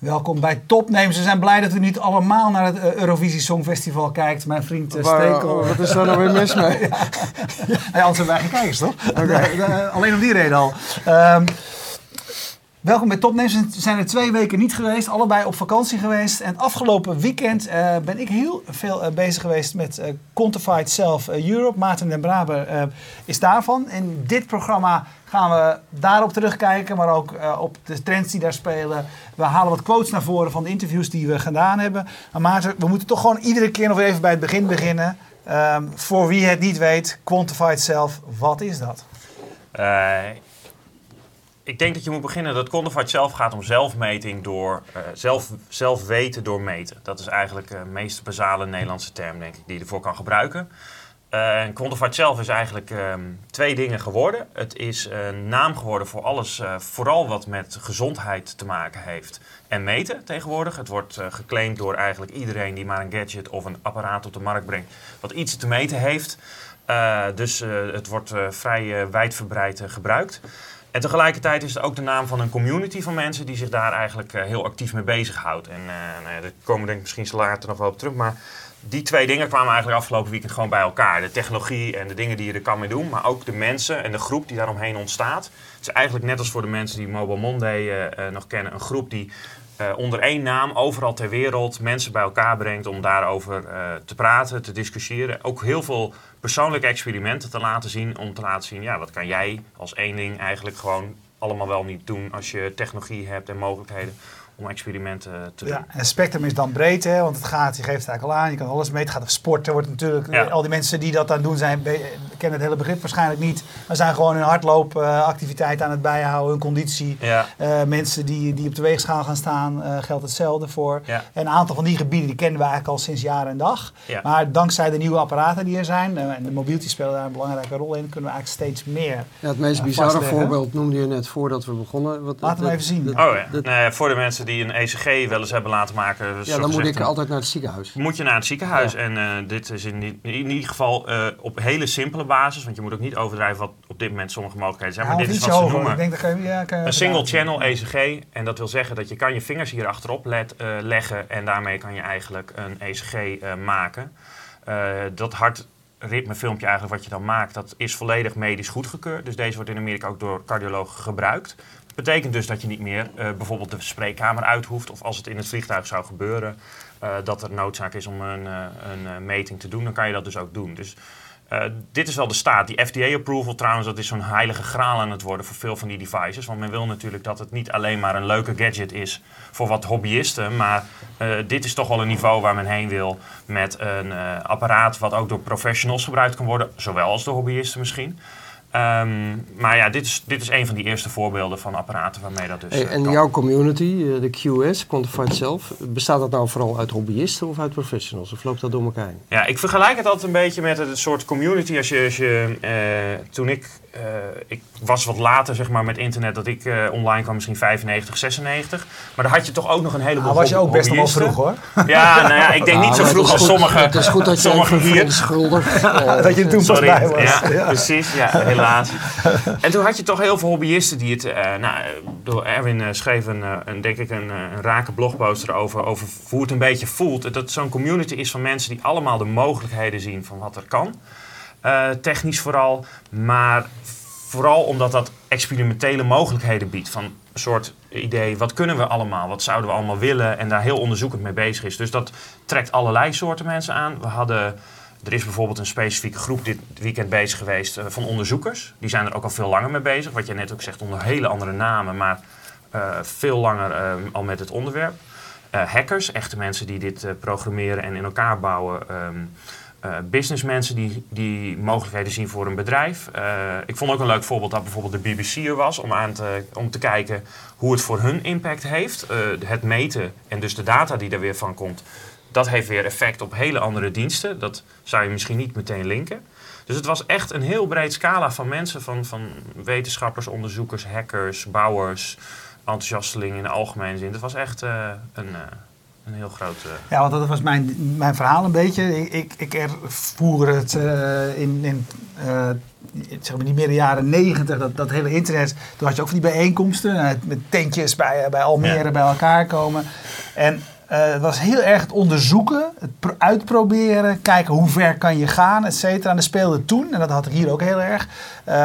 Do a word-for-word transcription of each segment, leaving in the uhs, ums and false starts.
Welkom bij Topnames. We zijn blij dat u niet allemaal naar het uh, Eurovisie Songfestival kijkt. Mijn vriend uh, Stekel. Wat is daar nou weer mis mee? ja. Ja, anders hebben wij geen kijkers, toch? Okay. Uh, uh, alleen om die reden al. Um, welkom bij Topnames. We zijn er twee weken niet geweest. Allebei op vakantie geweest. En afgelopen weekend uh, ben ik heel veel uh, bezig geweest met uh, Quantified Self uh, Europe. Maarten den Braber uh, is daarvan. In dit programma gaan we daarop terugkijken, maar ook uh, op de trends die daar spelen. We halen wat quotes naar voren van de interviews die we gedaan hebben. Maar Maarten, we moeten toch gewoon iedere keer nog even bij het begin beginnen. Um, voor wie het niet weet, Quantified Self, wat is dat? Uh, ik denk dat je moet beginnen dat Quantified Self gaat om zelfmeting door uh, zelf, zelf weten door meten. Dat is eigenlijk de uh, meest basale Nederlandse term, denk ik, die je ervoor kan gebruiken. Uh, Quantified Self is eigenlijk um, twee dingen geworden. Het is een naam geworden voor alles, uh, vooral wat met gezondheid te maken heeft en meten tegenwoordig. Het wordt uh, geclaimd door eigenlijk iedereen die maar een gadget of een apparaat op de markt brengt wat iets te meten heeft. Uh, dus uh, het wordt uh, vrij uh, wijdverbreid uh, gebruikt. En tegelijkertijd is het ook de naam van een community van mensen die zich daar eigenlijk uh, heel actief mee bezighoudt. En uh, nou ja, daar komen we denk ik misschien later nog wel op terug, maar die twee dingen kwamen eigenlijk afgelopen weekend gewoon bij elkaar. De technologie en de dingen die je er kan mee doen, maar ook de mensen en de groep die daaromheen ontstaat. Het is eigenlijk net als voor de mensen die Mobile Monday uh, uh, nog kennen, een groep die uh, onder één naam overal ter wereld mensen bij elkaar brengt om daarover uh, te praten, te discussiëren. Ook heel veel persoonlijke experimenten te laten zien, om te laten zien, ja, wat kan jij als één ding eigenlijk gewoon allemaal wel niet doen als je technologie hebt en mogelijkheden om experimenten te doen. Ja, en het spectrum is dan breed, hè, want het gaat, je geeft het eigenlijk al aan, je kan alles mee. Het gaat over sporten, wordt natuurlijk, ja. Al die mensen die dat aan doen zijn, be- kennen het hele begrip waarschijnlijk niet, maar zijn gewoon hun hardloopactiviteit uh, aan het bijhouden, hun conditie. Ja. Uh, mensen die, die op de weegschaal gaan staan, uh, geldt hetzelfde voor. Ja. En een aantal van die gebieden, die kennen we eigenlijk al sinds jaar en dag. Ja. Maar dankzij de nieuwe apparaten die er zijn, uh, en de mobieltjes spelen daar een belangrijke rol in, kunnen we eigenlijk steeds meer ja, het meest uh, bizarre vastleggen. Voorbeeld noemde je net voordat we begonnen. Wat, Laten we even zien. Dat, oh ja, dat, nee, voor de mensen die een E C G wel eens hebben laten maken. Dus ja, dan moet ik een, altijd naar het ziekenhuis. Moet je naar het ziekenhuis. Ja. En uh, dit is in, in ieder geval uh, op hele simpele basis. Want je moet ook niet overdrijven wat op dit moment sommige mogelijkheden zijn. Ja, maar dit is wat hoger. ze noemen Ik denk dat kan je, ja, kan je een single channel E C G. En dat wil zeggen dat je kan je vingers hier achterop let, uh, leggen. En daarmee kan je eigenlijk een E C G uh, maken. Uh, dat hartritmefilmpje eigenlijk wat je dan maakt, dat is volledig medisch goedgekeurd. Dus deze wordt in Amerika ook door cardiologen gebruikt. Dat betekent dus dat je niet meer uh, bijvoorbeeld de spreekkamer uit hoeft. Of als het in het vliegtuig zou gebeuren, uh, dat er noodzaak is om een, uh, een uh, meting te doen. Dan kan je dat dus ook doen. Dus uh, dit is wel de staat. Die F D A-approval trouwens, dat is zo'n heilige graal aan het worden voor veel van die devices. Want men wil natuurlijk dat het niet alleen maar een leuke gadget is voor wat hobbyisten. Maar uh, dit is toch wel een niveau waar men heen wil met een uh, apparaat wat ook door professionals gebruikt kan worden. Zowel als door hobbyisten misschien. Um, maar ja, dit is, dit is een van die eerste voorbeelden van apparaten waarmee dat dus hey, En kan. jouw community, de Q S, Quantified Self, bestaat dat nou vooral uit hobbyisten of uit professionals? Of loopt dat door elkaar heen? Ja, ik vergelijk het altijd een beetje met een soort community. Als je, als je, uh, toen ik, uh, ik was wat later zeg maar met internet, dat ik uh, online kwam, misschien vijfennegentig, zesennegentig. Maar dan had je toch ook nog een heleboel ah, was je ook best nog wel vroeg hoor. Ja, nou ja, ik denk nou, niet zo vroeg als sommige. Het is goed dat je sommige hier schuldig. Uh, dat je er toen pas bij was. Ja, ja. Precies, ja, helaas. En toen had je toch heel veel hobbyisten die het... Uh, nou, door Erwin uh, schreef een, uh, een, denk ik een, een rake blogpost erover over hoe het een beetje voelt. Dat zo'n community is van mensen die allemaal de mogelijkheden zien van wat er kan. Uh, technisch vooral, maar vooral omdat dat experimentele mogelijkheden biedt. Van een soort idee, wat kunnen we allemaal? Wat zouden we allemaal willen? En daar heel onderzoekend mee bezig is. Dus dat trekt allerlei soorten mensen aan. We hadden... Er is bijvoorbeeld een specifieke groep dit weekend bezig geweest uh, van onderzoekers. Die zijn er ook al veel langer mee bezig. Wat je net ook zegt, onder hele andere namen, maar uh, veel langer uh, al met het onderwerp. Uh, hackers, echte mensen die dit uh, programmeren en in elkaar bouwen. Um, uh, businessmensen die, die mogelijkheden zien voor een bedrijf. Uh, ik vond ook een leuk voorbeeld dat bijvoorbeeld de B B C er was om, aan te, om te kijken hoe het voor hun impact heeft. Uh, het meten en dus de data die er weer van komt. Dat heeft weer effect op hele andere diensten. Dat zou je misschien niet meteen linken. Dus het was echt een heel breed scala van mensen. Van, van wetenschappers, onderzoekers, hackers, bouwers, enthousiastelingen in de algemene zin. Het was echt uh, een, uh, een heel groot... Uh... Ja, want dat was mijn, mijn verhaal een beetje. Ik, ik, ik ervoer het uh, in, in uh, zeg maar die midden jaren negentig, dat, dat hele internet. Toen had je ook van die bijeenkomsten uh, met tentjes bij, bij Almere ja. bij elkaar komen. En uh, het was heel erg het onderzoeken, het pro- uitproberen, kijken hoe ver kan je gaan, et cetera. En dat speelde toen, en dat had ik hier ook heel erg... Uh,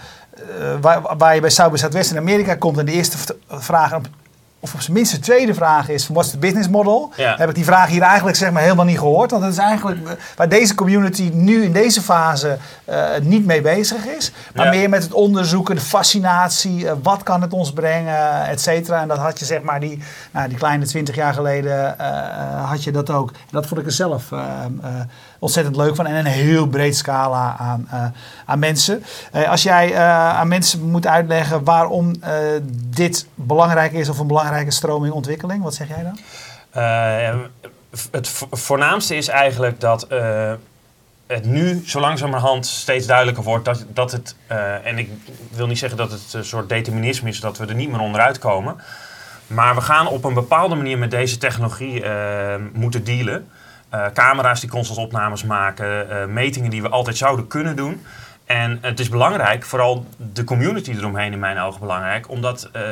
uh, waar, waar je bij South by Southwest in Amerika komt en de eerste v- vraag... of op zijn minst de tweede vraag is van what's the business model? Ja. Heb ik die vraag hier eigenlijk zeg maar helemaal niet gehoord. Want dat is eigenlijk waar deze community nu in deze fase uh, niet mee bezig is. Maar ja. meer met het onderzoeken, de fascinatie. Uh, wat kan het ons brengen, et cetera. En dat had je zeg maar die, nou, die kleine twintig jaar geleden uh, had je dat ook. En dat vond ik er zelf uh, uh, ontzettend leuk van. En een heel breed scala aan, uh, aan mensen. Uh, als jij uh, aan mensen moet uitleggen waarom uh, dit belangrijk is of een belangrijke stroming ontwikkeling, wat zeg jij dan? Uh, het vo- voornaamste is eigenlijk dat uh, het nu zo langzamerhand steeds duidelijker wordt dat, dat het, uh, en ik wil niet zeggen dat het een soort determinisme is, dat we er niet meer onderuit komen, maar we gaan op een bepaalde manier met deze technologie uh, moeten dealen. Uh, camera's die constant opnames maken, uh, metingen die we altijd zouden kunnen doen. En het is belangrijk, vooral de community eromheen in mijn ogen belangrijk, omdat uh,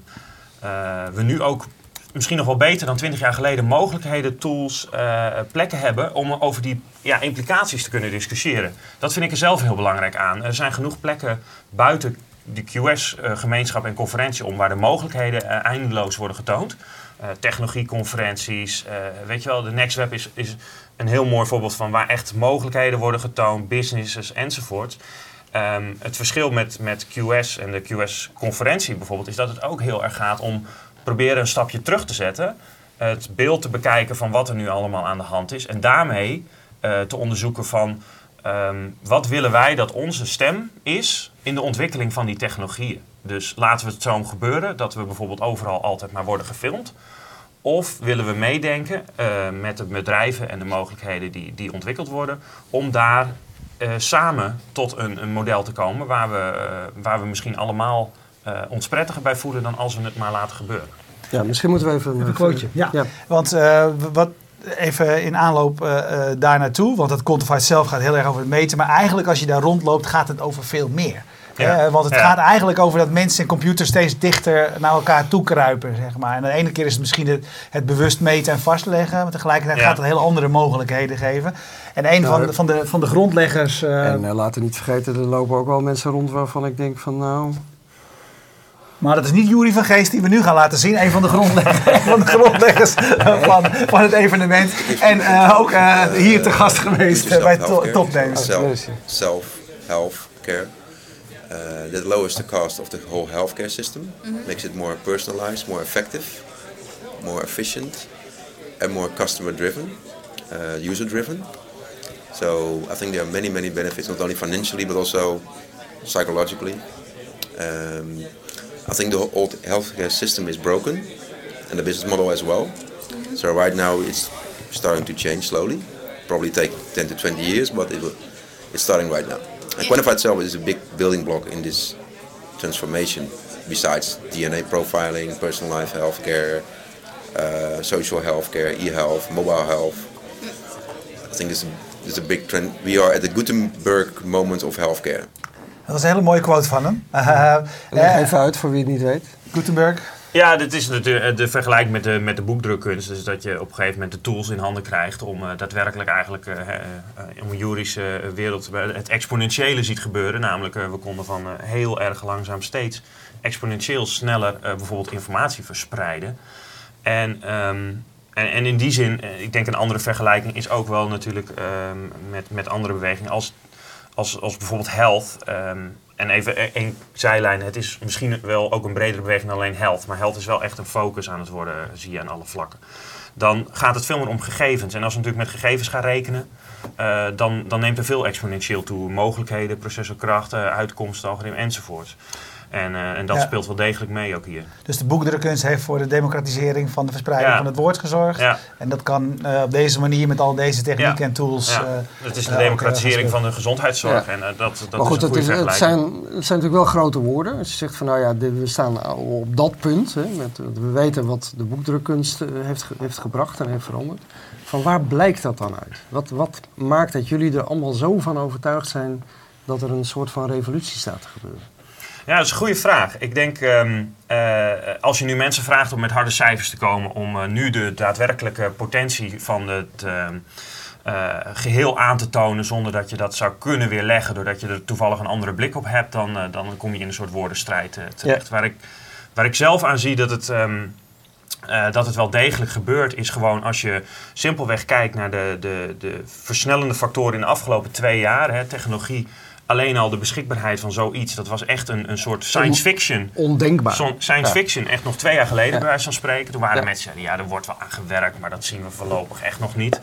uh, we nu ook misschien nog wel beter dan twintig jaar geleden mogelijkheden, tools, uh, plekken hebben om over die ja, implicaties te kunnen discussiëren. Dat vind ik er zelf heel belangrijk aan. Er zijn genoeg plekken buiten de Q S-gemeenschap uh, en conferentie om waar de mogelijkheden uh, eindeloos worden getoond. Uh, technologieconferenties, uh, weet je wel, de NextWeb is, is een heel mooi voorbeeld van waar echt mogelijkheden worden getoond, businesses enzovoort. Um, het verschil met, met Q S en de Q S-conferentie bijvoorbeeld is dat het ook heel erg gaat om proberen een stapje terug te zetten, het beeld te bekijken van wat er nu allemaal aan de hand is en daarmee uh, te onderzoeken van um, wat willen wij dat onze stem is in de ontwikkeling van die technologieën. Dus laten we het zo gebeuren dat we bijvoorbeeld overal altijd maar worden gefilmd. Of willen we meedenken uh, met de bedrijven en de mogelijkheden die, die ontwikkeld worden om daar uh, samen tot een, een model te komen waar we, uh, waar we misschien allemaal uh, ons prettiger bij voelen dan als we het maar laten gebeuren. Ja, misschien moeten we even een, een quoteje. Ja. Ja. Want uh, wat even in aanloop uh, uh, daar naartoe, want dat Quantified zelf gaat heel erg over het meten, maar eigenlijk als je daar rondloopt gaat het over veel meer. Ja. Uh, want het ja. gaat eigenlijk over dat mensen en computers steeds dichter naar elkaar toe kruipen, zeg maar. En de ene keer is het misschien het, het bewust meten en vastleggen, maar tegelijkertijd ja. gaat het hele andere mogelijkheden geven. En een nou, van, de, van, de, van de grondleggers... Uh, en uh, laten we niet vergeten, er lopen ook wel mensen rond waarvan ik denk van nou... Maar dat is niet Juri van Geest die we nu gaan laten zien. Een van de grondleggers, van, de grondleggers van, van het evenement. En uh, ook uh, hier te gast geweest uh, bij to- Topnames. Self, self, health care. Uh, that lowers the cost of the whole healthcare system. Mm-hmm. Makes it more personalized, more effective, more efficient. And more customer driven, uh, user driven. So I think there are many, many benefits, not only financially but also psychologically. Um, I think the whole healthcare system is broken, and the business model as well. So right now it's starting to change slowly. Probably take ten to twenty years, but it will, it's starting right now. And Quantified itself is a big building block in this transformation. Besides D N A profiling, personalized healthcare, uh, social healthcare, e-health, mobile health. I think it's a, it's a big trend. We are at the Gutenberg moment of healthcare. Dat was een hele mooie quote van hem. Uh, Leg even uit voor wie het niet weet. Gutenberg. Ja, dit is de, de vergelijking met de, met de boekdrukkunst. Dus dat je op een gegeven moment de tools in handen krijgt om uh, daadwerkelijk eigenlijk uh, uh, om een jurische wereld het exponentiële ziet gebeuren. Namelijk uh, we konden van uh, heel erg langzaam steeds exponentieel sneller uh, bijvoorbeeld informatie verspreiden. En, um, en, en in die zin, uh, ik denk een andere vergelijking is ook wel natuurlijk um, met, met andere bewegingen als, als, als bijvoorbeeld health. Um, En even één zijlijn, het is misschien wel ook een bredere beweging dan alleen health. Maar health is wel echt een focus aan het worden, zie je aan alle vlakken. Dan gaat het veel meer om gegevens. En als we natuurlijk met gegevens gaan rekenen, uh, dan, dan neemt er veel exponentieel toe. Mogelijkheden, processorkrachten, uitkomsten, algoritmen enzovoort. En, uh, en dat ja. speelt wel degelijk mee ook hier. Dus de boekdrukkunst heeft voor de democratisering van de verspreiding Ja. van het woord gezorgd. Ja. En dat kan uh, op deze manier met al deze technieken Ja. en tools... Ja. Uh, het is de uh, democratisering ook, uh, van de gezondheidszorg. Ja. En uh, dat, dat maar is goed, een het, goede is, het, vergelijking. zijn, het zijn natuurlijk wel grote woorden. Als je zegt van nou ja, dit, we staan op dat punt. Hè, met, we weten wat de boekdrukkunst uh, heeft, heeft gebracht en heeft veranderd. Van waar blijkt dat dan uit? Wat, wat maakt dat jullie er allemaal zo van overtuigd zijn dat er een soort van revolutie staat te gebeuren? Ja, dat is een goede vraag. Ik denk, um, uh, als je nu mensen vraagt om met harde cijfers te komen, om uh, nu de daadwerkelijke potentie van het uh, uh, geheel aan te tonen, zonder dat je dat zou kunnen weerleggen, doordat je er toevallig een andere blik op hebt, dan, uh, dan kom je in een soort woordenstrijd uh, terecht. Ja. Waar, ik, waar ik zelf aan zie dat het... Um, Uh, dat het wel degelijk gebeurt, is gewoon als je simpelweg kijkt naar de, de, de versnellende factoren in de afgelopen twee jaar. Hè, technologie, alleen al de beschikbaarheid van zoiets, dat was echt een, een soort science fiction. Ondenkbaar. Zo, science ja. fiction, echt nog twee jaar geleden ja. bij wijze van spreken. Toen waren ja. mensen die zeiden, ja, er wordt wel aan gewerkt, maar dat zien we voorlopig echt nog niet.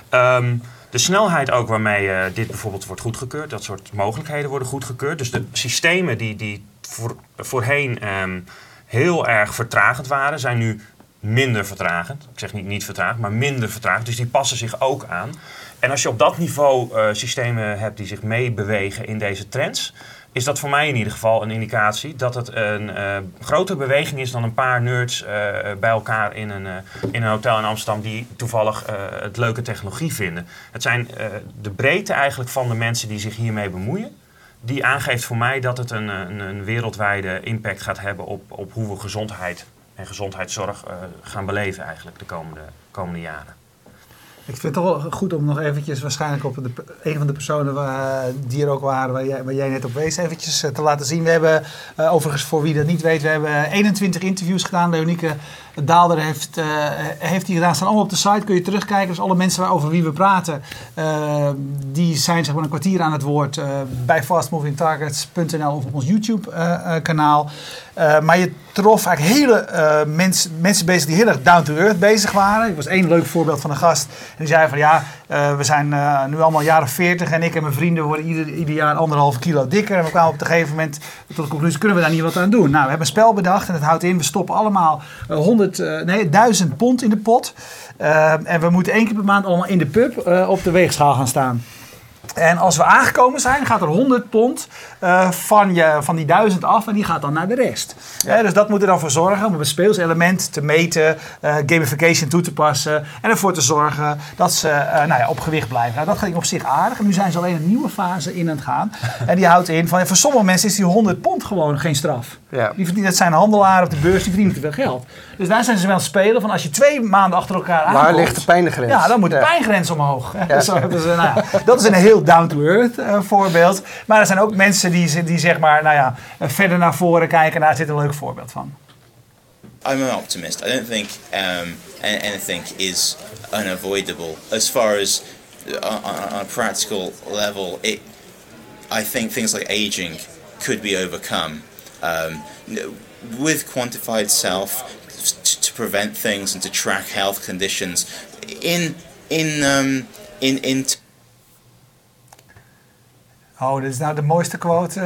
Um, de snelheid ook waarmee uh, dit bijvoorbeeld wordt goedgekeurd, dat soort mogelijkheden worden goedgekeurd. Dus de systemen die, die voor, voorheen um, heel erg vertragend waren, zijn nu minder vertragend. Ik zeg niet niet vertragend, maar minder vertragend. Dus die passen zich ook aan. En als je op dat niveau uh, systemen hebt die zich meebewegen in deze trends, is dat voor mij in ieder geval een indicatie dat het een uh, grotere beweging is dan een paar nerds uh, bij elkaar in een, uh, in een hotel in Amsterdam die toevallig uh, het leuke technologie vinden. Het zijn uh, de breedte eigenlijk van de mensen die zich hiermee bemoeien, die aangeeft voor mij dat het een, een, een wereldwijde impact gaat hebben op, op hoe we gezondheid en gezondheidszorg uh, gaan beleven eigenlijk de komende, komende jaren. Ik vind het toch wel goed om nog eventjes waarschijnlijk op de, een van de personen waar, die er ook waren, waar jij, waar jij net op wees, eventjes uh, te laten zien. We hebben, uh, overigens voor wie dat niet weet, we hebben eenentwintig interviews gedaan. Leonieke Daalder heeft, uh, heeft die gedaan, staan allemaal op de site, kun je terugkijken. Dus alle mensen over wie we praten, uh, die zijn zeg maar een kwartier aan het woord uh, bij fast moving targets punt n l of op ons YouTube uh, uh, kanaal. Uh, maar je trof eigenlijk hele uh, mens, mensen bezig die heel erg down to earth bezig waren. Ik was één leuk voorbeeld van een gast. En die zei van ja, uh, we zijn uh, nu allemaal jaren veertig en ik en mijn vrienden worden ieder, ieder jaar anderhalve kilo dikker. En we kwamen op een gegeven moment tot de conclusie, kunnen we daar niet wat aan doen? Nou, we hebben een spel bedacht en het houdt in, we stoppen allemaal uh, honderd, uh, nee, duizend pond in de pot. Uh, en we moeten één keer per maand allemaal in de pub uh, op de weegschaal gaan staan. En als we aangekomen zijn, gaat er honderd pond uh, van, je, van die duizend af en die gaat dan naar de rest. Ja. He, dus dat moet er dan voor zorgen om een speelselement te meten, uh, gamification toe te passen en ervoor te zorgen dat ze uh, nou ja, op gewicht blijven. Nou, dat ging op zich aardig. En nu zijn ze alleen een nieuwe fase in aan het gaan. En die houdt in van, ja, voor sommige mensen is die honderd pond gewoon geen straf. Ja. Die verdienen, dat zijn handelaren op de beurs, die verdienen te veel geld. Dus daar zijn ze wel aan het spelen van als je twee maanden achter elkaar aankomt. Waar ligt de pijngrens? Ja, dan moet de ja. pijngrens omhoog. Ja. Zo hebben ze, nou ja, dat is een heel down-to-earth uh, voorbeeld. Maar er zijn ook mensen die, die zeg maar, nou ja, verder naar voren kijken en daar zit een leuk voorbeeld van. I'm an optimist. I don't think um, anything is unavoidable. As far as on, on a practical level, it, I think things like aging could be overcome. Um, with quantified self to, to prevent things and to track health conditions in in um, in in. T- oh, dit is nou de mooiste quote.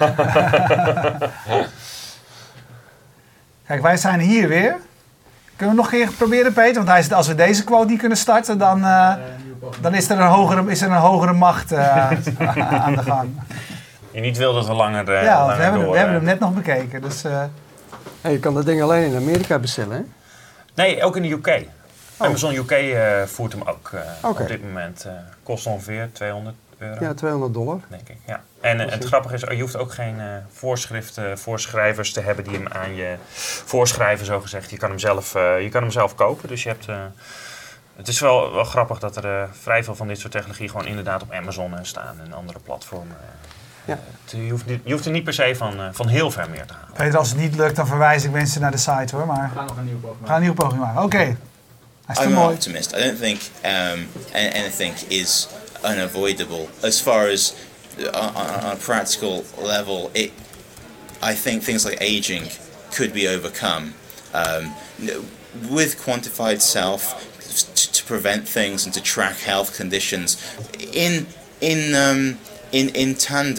Kijk, wij zijn hier weer. Kunnen we nog een keer proberen, Peter? Want hij is, als we deze quote niet kunnen starten, dan, uh, dan is er een hogere, is er een hogere macht uh, aan de gang. Je niet wil dat we langer uh, Ja, langer we, hebben, door, we hebben uh, hem net nog bekeken. Dus, uh... hey, je kan dat ding alleen in Amerika bestellen, hè? Nee, ook in de U K. Oh. Amazon U K uh, voert hem ook uh, okay. op dit moment. Uh, kost ongeveer tweehonderd euro. Ja, tweehonderd dollar. Denk ik, ja. En uh, het grappige is, je hoeft ook geen uh, voorschriften, voorschrijvers te hebben die hem aan je voorschrijven, zo gezegd. Je kan hem zelf, uh, je kan hem zelf kopen. Dus je hebt... Uh, het is wel, wel grappig dat er uh, vrij veel van dit soort technologie gewoon inderdaad op Amazon uh, staan en andere platformen. Uh, Ja. uh, je, hoeft niet, je hoeft er niet per se van, uh, van heel ver meer te halen. Peter, als het niet lukt, dan verwijs ik mensen naar de site, hoor. Maar... We gaan nog een nieuwe poging maken. We gaan een nieuwe poging maken. Oké. Okay. I'm an optimist. I don't think um, anything is unavoidable. As far as on, on a practical level, it, I think things like aging could be overcome. Um, with quantified self to, to prevent things and to track health conditions in in um, in in tandem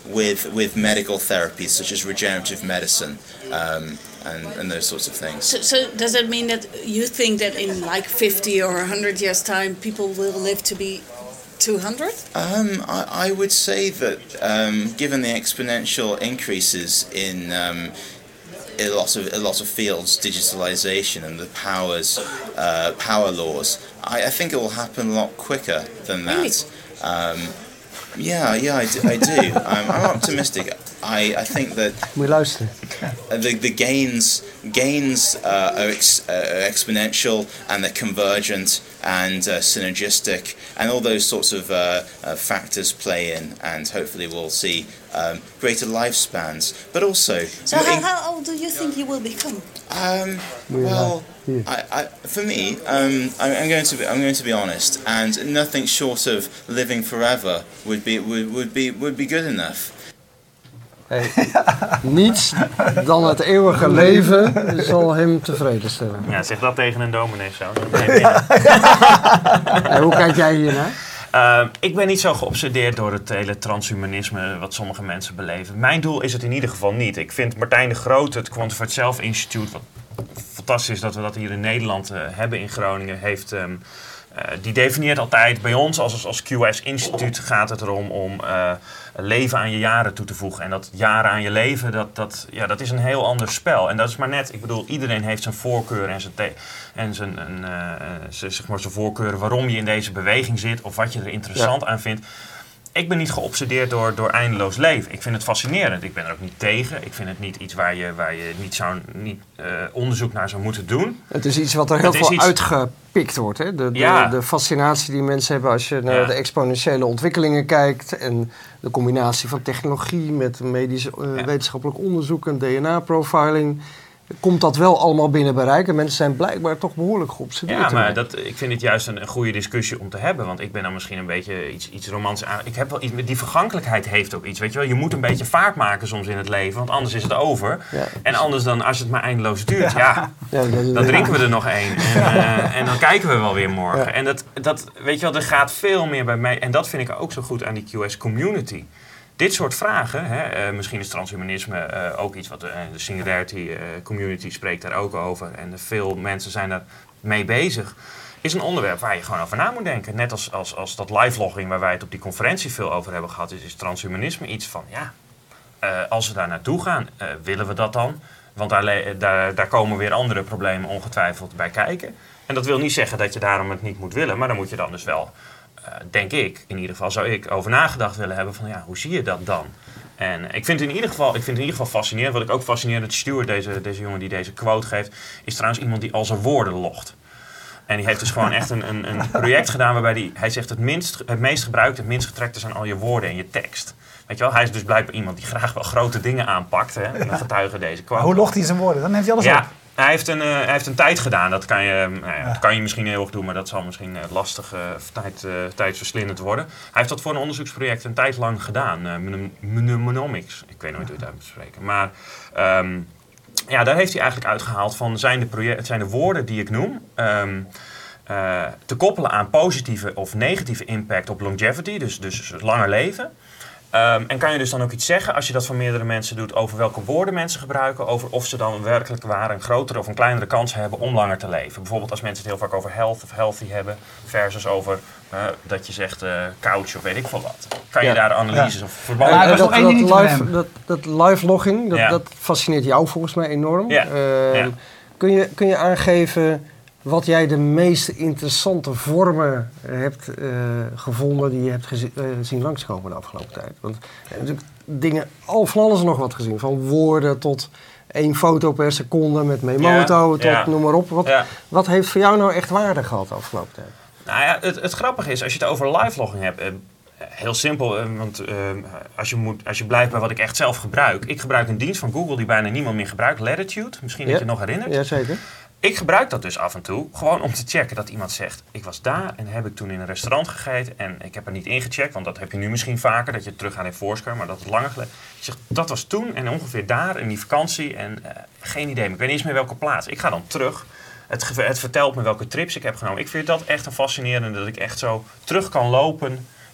with with medical therapies such as regenerative medicine um, and, and those sorts of things. So, so does that mean that you think that in like fifty or one hundred years time people will live to be two hundred? Um, I, I would say that um, given the exponential increases in um, a lot of a lot of fields, digitalization and the powers uh, power laws, I, I think it will happen a lot quicker than that. Really? Um, yeah, yeah, I do. I do. I'm, I'm optimistic. I, I think that Moet je luisteren. the the gains gains uh, are, ex, uh, are exponential, and they're convergent and uh, synergistic, and all those sorts of uh, uh, factors play in, and hopefully we'll see um, greater lifespans. But also, So how, how old do you think you will become? um, well, I, I, for me, um, I'm, I'm going to be I'm going to be honest, and nothing short of living forever would be would, would be would be good enough. Hey, niets dan het eeuwige leven zal hem tevreden stellen. Ja, zeg dat tegen een dominee zo. Dan ben je binnen. Hey, hoe kijk jij hiernaar? Uh, ik ben niet zo geobsedeerd door het hele transhumanisme wat sommige mensen beleven. Mijn doel is het in ieder geval niet. Ik vind Martijn de Groot, het Quantum for Itself Institute, wat fantastisch is dat we dat hier in Nederland uh, hebben in Groningen, heeft... Um, Uh, die definieert altijd bij ons als, als Q S-instituut gaat het erom om uh, leven aan je jaren toe te voegen. En dat jaren aan je leven, dat, dat, ja, dat is een heel ander spel. En dat is maar net, ik bedoel, iedereen heeft zijn voorkeuren en zijn, te- en zijn, een, uh, zijn, zeg maar zijn voorkeuren waarom je in deze beweging zit of wat je er interessant Ja. aan vindt. Ik ben niet geobsedeerd door, door eindeloos leven. Ik vind het fascinerend. Ik ben er ook niet tegen. Ik vind het niet iets waar je, waar je niet, zou, niet uh, onderzoek naar zou moeten doen. Het is iets wat er heel Het is veel iets- uitgepikt wordt. Hè? De, de, Ja. de fascinatie die mensen hebben als je naar Ja. de exponentiële ontwikkelingen kijkt. En de combinatie van technologie met medisch uh, Ja. wetenschappelijk onderzoek en D N A-profiling. Komt dat wel allemaal binnen bereik. En mensen zijn blijkbaar toch behoorlijk geobsedeerd. Ja, maar ermee. dat, ik vind het juist een, een goede discussie om te hebben. Want ik ben dan misschien een beetje iets, iets romantisch aan. Ik heb wel iets met die vergankelijkheid heeft ook iets. Weet je wel, je moet een beetje vaart maken soms in het leven. Want anders is het over. Ja. En anders dan, als het maar eindeloos duurt, ja, Ja, dat- dan drinken we er nog één. En, uh, en dan kijken we wel weer morgen. Ja. En dat, dat, weet je wel, er gaat veel meer bij mij. En dat vind ik ook zo goed aan die Q S-community. Dit soort vragen, hè, uh, misschien is transhumanisme uh, ook iets wat uh, de Singularity uh, community spreekt daar ook over. En uh, veel mensen zijn daar mee bezig. Is een onderwerp waar je gewoon over na moet denken. Net als, als, als dat live-logging waar wij het op die conferentie veel over hebben gehad, is, is transhumanisme iets van, ja, uh, als we daar naartoe gaan, uh, willen we dat dan? Want daar, le- daar, daar komen weer andere problemen ongetwijfeld bij kijken. En dat wil niet zeggen dat je daarom het niet moet willen, maar dan moet je dan dus wel... Uh, denk ik, in ieder geval zou ik over nagedacht willen hebben van ja, hoe zie je dat dan? En ik vind het in ieder geval, ik vind het in ieder geval fascinerend. Wat ik ook fascinerend, Stuart, deze, deze jongen die deze quote geeft, is trouwens iemand die al zijn woorden logt. En die heeft dus gewoon echt een, een, een project gedaan waarbij die, hij zegt het, minst, het meest gebruikte, het minst getrekte zijn al je woorden en je tekst. Weet je wel, hij is dus blijkbaar iemand die graag wel grote dingen aanpakt. Hè? En dan getuigen deze quote. Hoe logt hij zijn woorden? Dan heeft hij alles Ja. op. Hij heeft, een, uh, hij heeft een tijd gedaan. Dat kan je, nou ja, dat kan je misschien heel erg doen, maar dat zal misschien uh, lastig, uh, tijd, uh, tijdsverslindend worden. Hij heeft dat voor een onderzoeksproject een tijd lang gedaan. Uh, Mnemonomics. Ik weet nooit hoe je het uit moet spreken. Maar um, ja, daar heeft hij eigenlijk uitgehaald van zijn de, project, zijn de woorden die ik noem. Um, uh, te koppelen aan positieve of negatieve impact op longevity, dus, dus langer leven. Um, en kan je dus dan ook iets zeggen, als je dat van meerdere mensen doet, over welke woorden mensen gebruiken, over of ze dan werkelijk waar een grotere of een kleinere kans hebben om langer te leven. Bijvoorbeeld als mensen het heel vaak over health of healthy hebben, versus over uh, dat je zegt uh, couch of weet ik veel wat. Kan je Ja. daar analyses Ja. of verbanden... Ja, Eh, er was dat, nog één dat, dingetje van live, hem. dat, dat live logging, dat, Ja. dat fascineert jou volgens mij enorm. Ja. Eh, Ja. kun, je, kun je aangeven wat jij de meest interessante vormen hebt uh, gevonden die je hebt gezi- uh, zien langskomen de afgelopen tijd? Want je hebt natuurlijk dingen, al van alles en nog wat gezien. Van woorden tot één foto per seconde met Memoto, Ja, tot ja. noem maar op. Wat, Ja. wat heeft voor jou nou echt waarde gehad de afgelopen tijd? Nou ja, het, het grappige is, als je het over live logging hebt, eh, heel simpel, eh, want eh, als, je moet, als je blijft bij wat ik echt zelf gebruik. Ik gebruik een dienst van Google die bijna niemand meer gebruikt, Latitude, misschien dat Ja. je het nog herinnert. Jazeker. Ik gebruik dat dus af en toe, gewoon om te checken dat iemand zegt, ik was daar en heb ik toen in een restaurant gegeten en ik heb er niet ingecheckt, want dat heb je nu misschien vaker, dat je terug gaat in Foursquare, maar dat is langer geleden. Je zegt, dat was toen en ongeveer daar in die vakantie en uh, geen idee, maar ik weet niet eens meer welke plaats. Ik ga dan terug, het, ge- het vertelt me welke trips ik heb genomen. Ik vind dat echt een fascinerende, dat ik echt zo terug kan lopen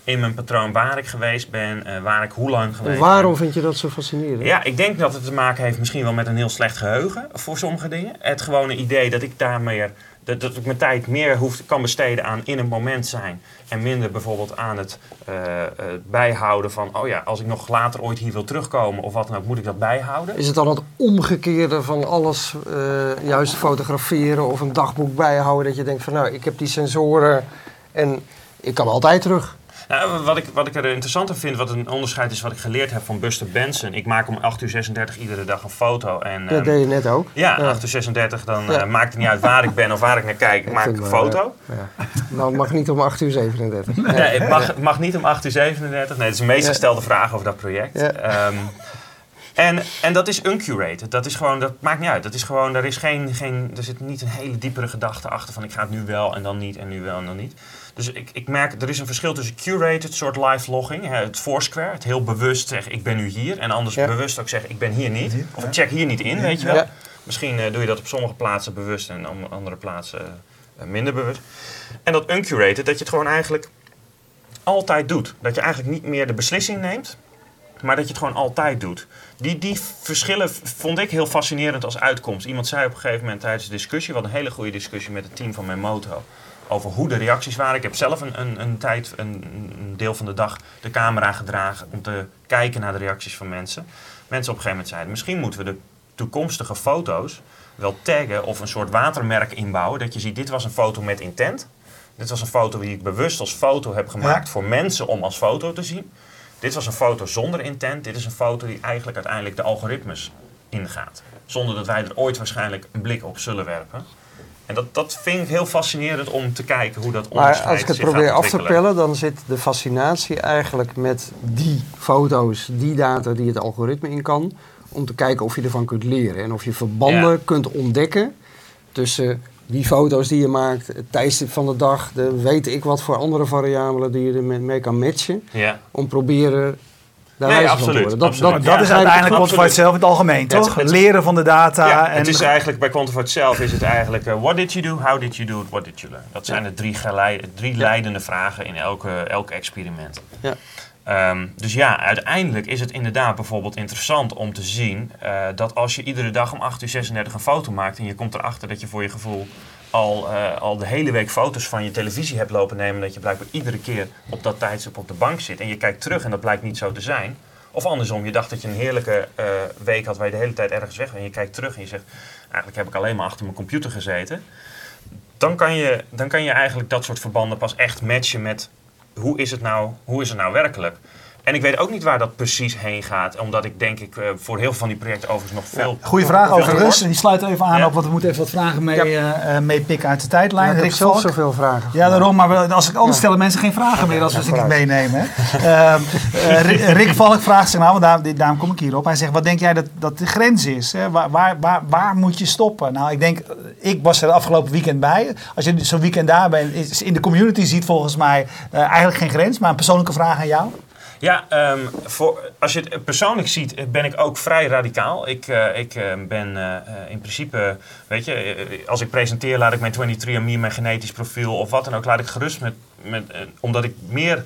in mijn patroon waar ik geweest ben, uh, waar ik hoe lang geweest en waarom ben. vind je dat zo fascinerend? Ja, ik denk dat het te maken heeft misschien wel met een heel slecht geheugen voor sommige dingen. Het gewone idee dat ik daar meer, dat, dat ik mijn tijd meer hoef, kan besteden aan in het moment zijn. En minder bijvoorbeeld aan het uh, uh, bijhouden van, oh ja, als ik nog later ooit hier wil terugkomen of wat dan ook, moet ik dat bijhouden. Is het dan het omgekeerde van alles uh, juist fotograferen of een dagboek bijhouden? Dat je denkt van, nou, ik heb die sensoren en ik kan altijd terug. Nou, wat, ik, wat ik er interessanter vind, wat een onderscheid is wat ik geleerd heb van Buster Benson. Ik maak om acht uur zesendertig iedere dag een foto. En, Dat um, deed je net ook. Ja, ja. acht uur zesendertig, dan ja. uh, maakt het niet uit waar ik ben of waar ik naar kijk. Ik maak ik een foto. Uh, ja. Nou, het mag niet om acht uur zevenendertig. Nee, nee het, mag, het mag niet om acht uur zevenendertig. Nee, dat is de meest gestelde ja. vraag over dat project. Ja. Um, en, en dat is uncurated. Dat is gewoon, dat maakt niet uit. Dat is gewoon, er is geen, geen, er zit niet een hele diepere gedachte achter van ik ga het nu wel en dan niet en nu wel en dan niet. Dus ik, ik merk, er is een verschil tussen curated soort live logging, hè, het Foursquare, het heel bewust zeggen ik ben nu hier en anders ja. bewust ook zeggen ik ben hier niet. Of ik check hier niet in, weet je wel. Ja. Misschien uh, doe je dat op sommige plaatsen bewust en op andere plaatsen uh, minder bewust. En dat uncurated, dat je het gewoon eigenlijk altijd doet. Dat je eigenlijk niet meer de beslissing neemt, maar dat je het gewoon altijd doet. Die, die verschillen vond ik heel fascinerend als uitkomst. Iemand zei op een gegeven moment tijdens de discussie, wat een hele goede discussie met het team van Memoto, over hoe de reacties waren. Ik heb zelf een, een, een tijd, een, een deel van de dag de camera gedragen om te kijken naar de reacties van mensen. Mensen op een gegeven moment zeiden, misschien moeten we de toekomstige foto's wel taggen of een soort watermerk inbouwen. Dat je ziet, dit was een foto met intent. Dit was een foto die ik bewust als foto heb gemaakt ja. voor mensen om als foto te zien. Dit was een foto zonder intent. Dit is een foto die eigenlijk uiteindelijk de algoritmes ingaat. Zonder dat wij er ooit waarschijnlijk een blik op zullen werpen. En dat, dat vind ik heel fascinerend om te kijken hoe dat onderscheid zich Maar als ik het probeer af te pellen, dan zit de fascinatie eigenlijk met die foto's, die data die het algoritme in kan, om te kijken of je ervan kunt leren. En of je verbanden ja. kunt ontdekken tussen die foto's die je maakt, het tijdstip van de dag, de weet ik wat voor andere variabelen die je ermee kan matchen. Ja. Om proberen daar nee, wijzer absoluut, van te worden. Dat, absoluut. dat, dat ja, is uiteindelijk Quantified zelf in het algemeen, toch? Het, het, Leren van de data. Ja, en het is eigenlijk, bij Quantified zelf is het eigenlijk, uh, what did you do, how did you do it, what did you learn? Dat zijn ja. de drie, geleid, drie ja. leidende vragen in elke, elk experiment. Ja. Um, dus ja, uiteindelijk is het inderdaad bijvoorbeeld interessant om te zien uh, dat als je iedere dag om acht uur zesendertig een foto maakt en je komt erachter dat je voor je gevoel al, uh, al de hele week foto's van je televisie hebt lopen nemen, dat je blijkbaar iedere keer op dat tijdstip op de bank zit en je kijkt terug en dat blijkt niet zo te zijn. Of andersom, je dacht dat je een heerlijke uh, week had waar je de hele tijd ergens weg bent en je kijkt terug en je zegt, eigenlijk heb ik alleen maar achter mijn computer gezeten. Dan kan je, dan kan je eigenlijk dat soort verbanden pas echt matchen met hoe is het nou, hoe is het nou werkelijk. En ik weet ook niet waar dat precies heen gaat. Omdat ik denk ik uh, voor heel veel van die projecten overigens nog veel... Ja, goeie vraag overigens. Die sluit even aan ja. op, want we moeten even wat vragen mee, ja. uh, mee pikken uit de tijdlijn. Ja, ik Rick heb zelf Valk. zoveel vragen. Ja, daarom. Maar we, als ik anders ja. stellen mensen geen vragen meer als we ze niet meenemen. uh, uh, Rick Valk vraagt zich nou, want daar, daarom kom ik hierop. Hij zegt, wat denk jij dat, dat de grens is? Hè? Waar, waar, waar, waar moet je stoppen? Nou, ik denk, ik was er de afgelopen weekend bij. Als je zo'n weekend daar bent, is in de community ziet volgens mij uh, eigenlijk geen grens. Maar een persoonlijke vraag aan jou. Ja, um, voor, als je het persoonlijk ziet, ben ik ook vrij radicaal. Ik, uh, ik uh, ben uh, in principe, weet je, als ik presenteer laat ik mijn twenty-three and me, mijn genetisch profiel of wat dan ook, laat ik gerust met, met uh, omdat ik meer,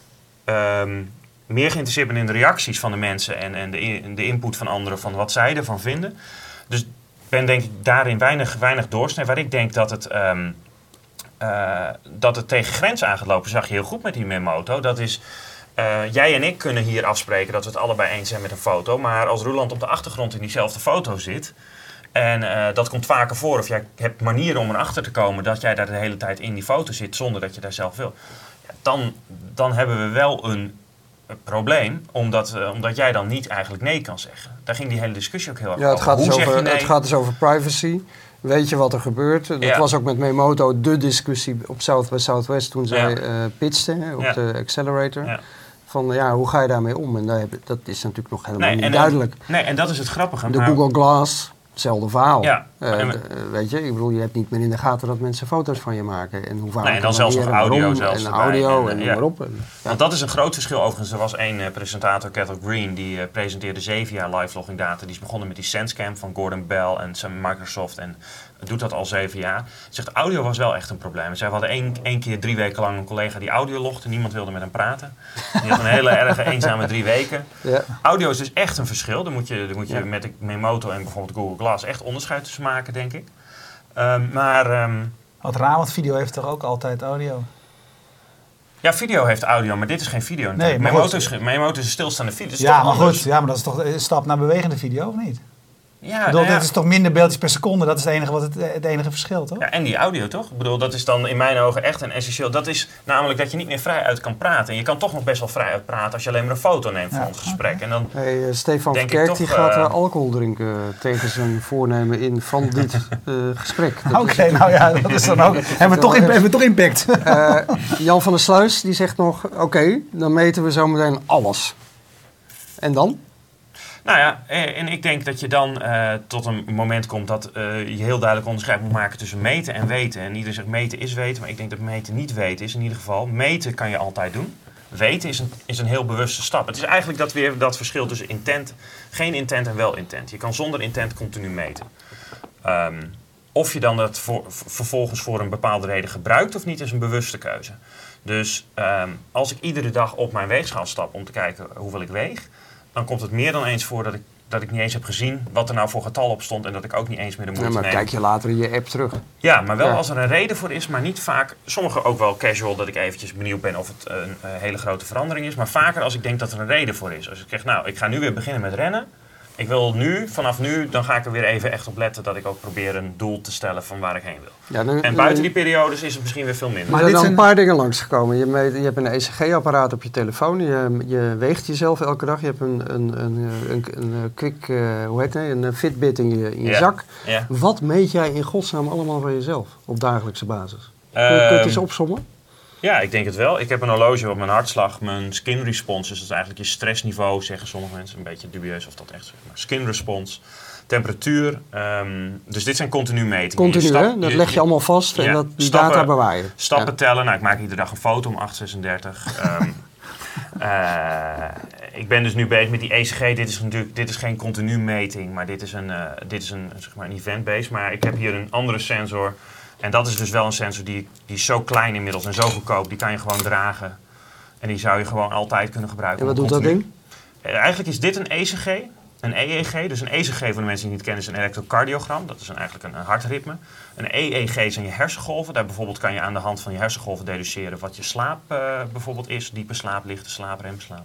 um, meer geïnteresseerd ben in de reacties van de mensen en, en de, in, de input van anderen, van wat zij ervan vinden. Dus ben denk ik daarin weinig, weinig doorsnee. Waar ik denk dat het, um, uh, dat het tegen grens aan gaat lopen, zag je heel goed met die Memoto. Dat is... Uh, jij en ik kunnen hier afspreken dat we het allebei eens zijn met een foto. Maar als Roeland op de achtergrond in diezelfde foto zit... en uh, dat komt vaker voor, of jij hebt manieren om erachter te komen... dat jij daar de hele tijd in die foto zit zonder dat je daar zelf wil... Ja, dan, dan hebben we wel een, een probleem, omdat, uh, omdat jij dan niet eigenlijk nee kan zeggen. Daar ging die hele discussie ook heel erg ja, het over. Gaat Hoe dus zeg over, je nee? Het gaat dus over privacy. Weet je wat er gebeurt? Dat ja. was ook met Memoto de discussie op South by Southwest toen zij ja. uh, pitchten op ja. de Accelerator... Ja. Van ja, hoe ga je daarmee om? En dat is natuurlijk nog helemaal nee, niet en duidelijk. Dat, nee, en dat is het grappige. De maar... Google Glass hetzelfde verhaal. Ja, Uh, en uh, weet je, ik bedoel, je hebt niet meer in de gaten dat mensen foto's van je maken. En hoe vaak nee, en dan zelfs nog audio zelfs en erbij. audio en, en noem ja. maar op. En, ja. Want dat is een groot verschil. Overigens, er was één uh, presentator, Cathal Green, die uh, presenteerde zeven jaar live logging data. Die is begonnen met die SenseCam van Gordon Bell en Microsoft en doet dat al zeven jaar. Zegt, audio was wel echt een probleem. Zij hadden één, één keer drie weken lang een collega die audio logde. Niemand wilde met hem praten. Die had een hele erge eenzame drie weken. Ja. Audio is dus echt een verschil. Daar moet je, daar moet je ja. met de Memoto en bijvoorbeeld Google Glass echt onderscheid tussen maken, denk ik. Um, maar... Um, Wat raar, want video heeft toch ook altijd audio? Ja, video heeft audio, maar dit is geen video. Nee, Memoto is, Memoto is een stilstaande video. Dus ja, maar goed, ja, maar dat is toch een stap naar bewegende video, of niet? Ja, ik bedoel, nou ja. dit is toch minder beeldjes per seconde? Dat is het enige, wat het, het enige verschil, toch? Ja, en die audio, toch? Ik bedoel, dat is dan in mijn ogen echt een essentieel. Dat is namelijk dat je niet meer vrij uit kan praten. En je kan toch nog best wel vrij uit praten als je alleen maar een foto neemt van ja, ons gesprek. okay. En dan hey, uh, Stefan Verkerk toch, die gaat uh, alcohol drinken tegen zijn voornemen in van dit uh, gesprek. Oké, okay, nou ja, dat is dan ook... hebben, we toch, hebben we toch impact? uh, Jan van der Sluis, die zegt nog... Oké, okay, dan meten we zo meteen alles. En dan? Nou ja, en ik denk dat je dan uh, tot een moment komt dat uh, je heel duidelijk onderscheid moet maken tussen meten en weten. En iedereen zegt meten is weten, maar ik denk dat meten niet weten is in ieder geval. Meten kan je altijd doen. Weten is een, is een heel bewuste stap. Het is eigenlijk dat weer dat verschil tussen intent, geen intent en wel intent. Je kan zonder intent continu meten. Um, of je dan dat voor, vervolgens voor een bepaalde reden gebruikt of niet, is een bewuste keuze. Dus um, als ik iedere dag op mijn weegschaal stap om te kijken hoeveel ik weeg, dan komt het meer dan eens voor dat ik, dat ik niet eens heb gezien wat er nou voor getal op stond en dat ik ook niet eens meer de moeite neem. Ja, maar neem. kijk je later in je app terug. Ja, maar wel ja. als er een reden voor is, maar niet vaak. Sommige ook wel casual, dat ik eventjes benieuwd ben of het een, een hele grote verandering is. Maar vaker als ik denk dat er een reden voor is. Als ik zeg, nou, ik ga nu weer beginnen met rennen. Ik wil nu, vanaf nu, dan ga ik er weer even echt op letten dat ik ook probeer een doel te stellen van waar ik heen wil. Ja, nu, en buiten die periodes is het misschien weer veel minder. Maar er zijn een paar dingen langsgekomen. Je, meet, je hebt een E C G-apparaat op je telefoon. Je, je weegt jezelf elke dag. Je hebt een, een, een, een, een quick, uh, hoe heet het, een Fitbit in je, in je yeah. zak. Yeah. Wat meet jij in godsnaam allemaal van jezelf op dagelijkse basis? Kun je, um, kun je het eens opsommen? Ja, ik denk het wel. Ik heb een horloge op mijn hartslag, mijn skin response. Dus dat is eigenlijk je stressniveau, zeggen sommige mensen. Een beetje dubieus of dat echt zeg maar. Skin response, temperatuur. Um, dus dit zijn continu metingen. Continu, stap, hè? Dat leg je, je allemaal vast en ja, dat, die stappen, data bewaar je. Stappen ja. tellen. Nou, ik maak iedere dag een foto om acht zesendertig. um, uh, ik ben dus nu bezig met die E C G. Dit is natuurlijk dit is geen continu meting, maar dit is een, uh, dit is een, zeg maar een event-based. Maar ik heb hier een andere sensor. En dat is dus wel een sensor die, die is zo klein inmiddels en zo goedkoop. Die kan je gewoon dragen. En die zou je gewoon altijd kunnen gebruiken. En wat doet continu. dat ding? Eigenlijk is dit een E C G, een E E G. Dus een E C G, voor de mensen die het niet kennen, is een elektrocardiogram. Dat is een, eigenlijk een, een hartritme. Een E E G zijn je hersengolven. Daar bijvoorbeeld kan je aan de hand van je hersengolven deduceren wat je slaap uh, bijvoorbeeld is. Diepe slaap, lichte slaap, remslaap.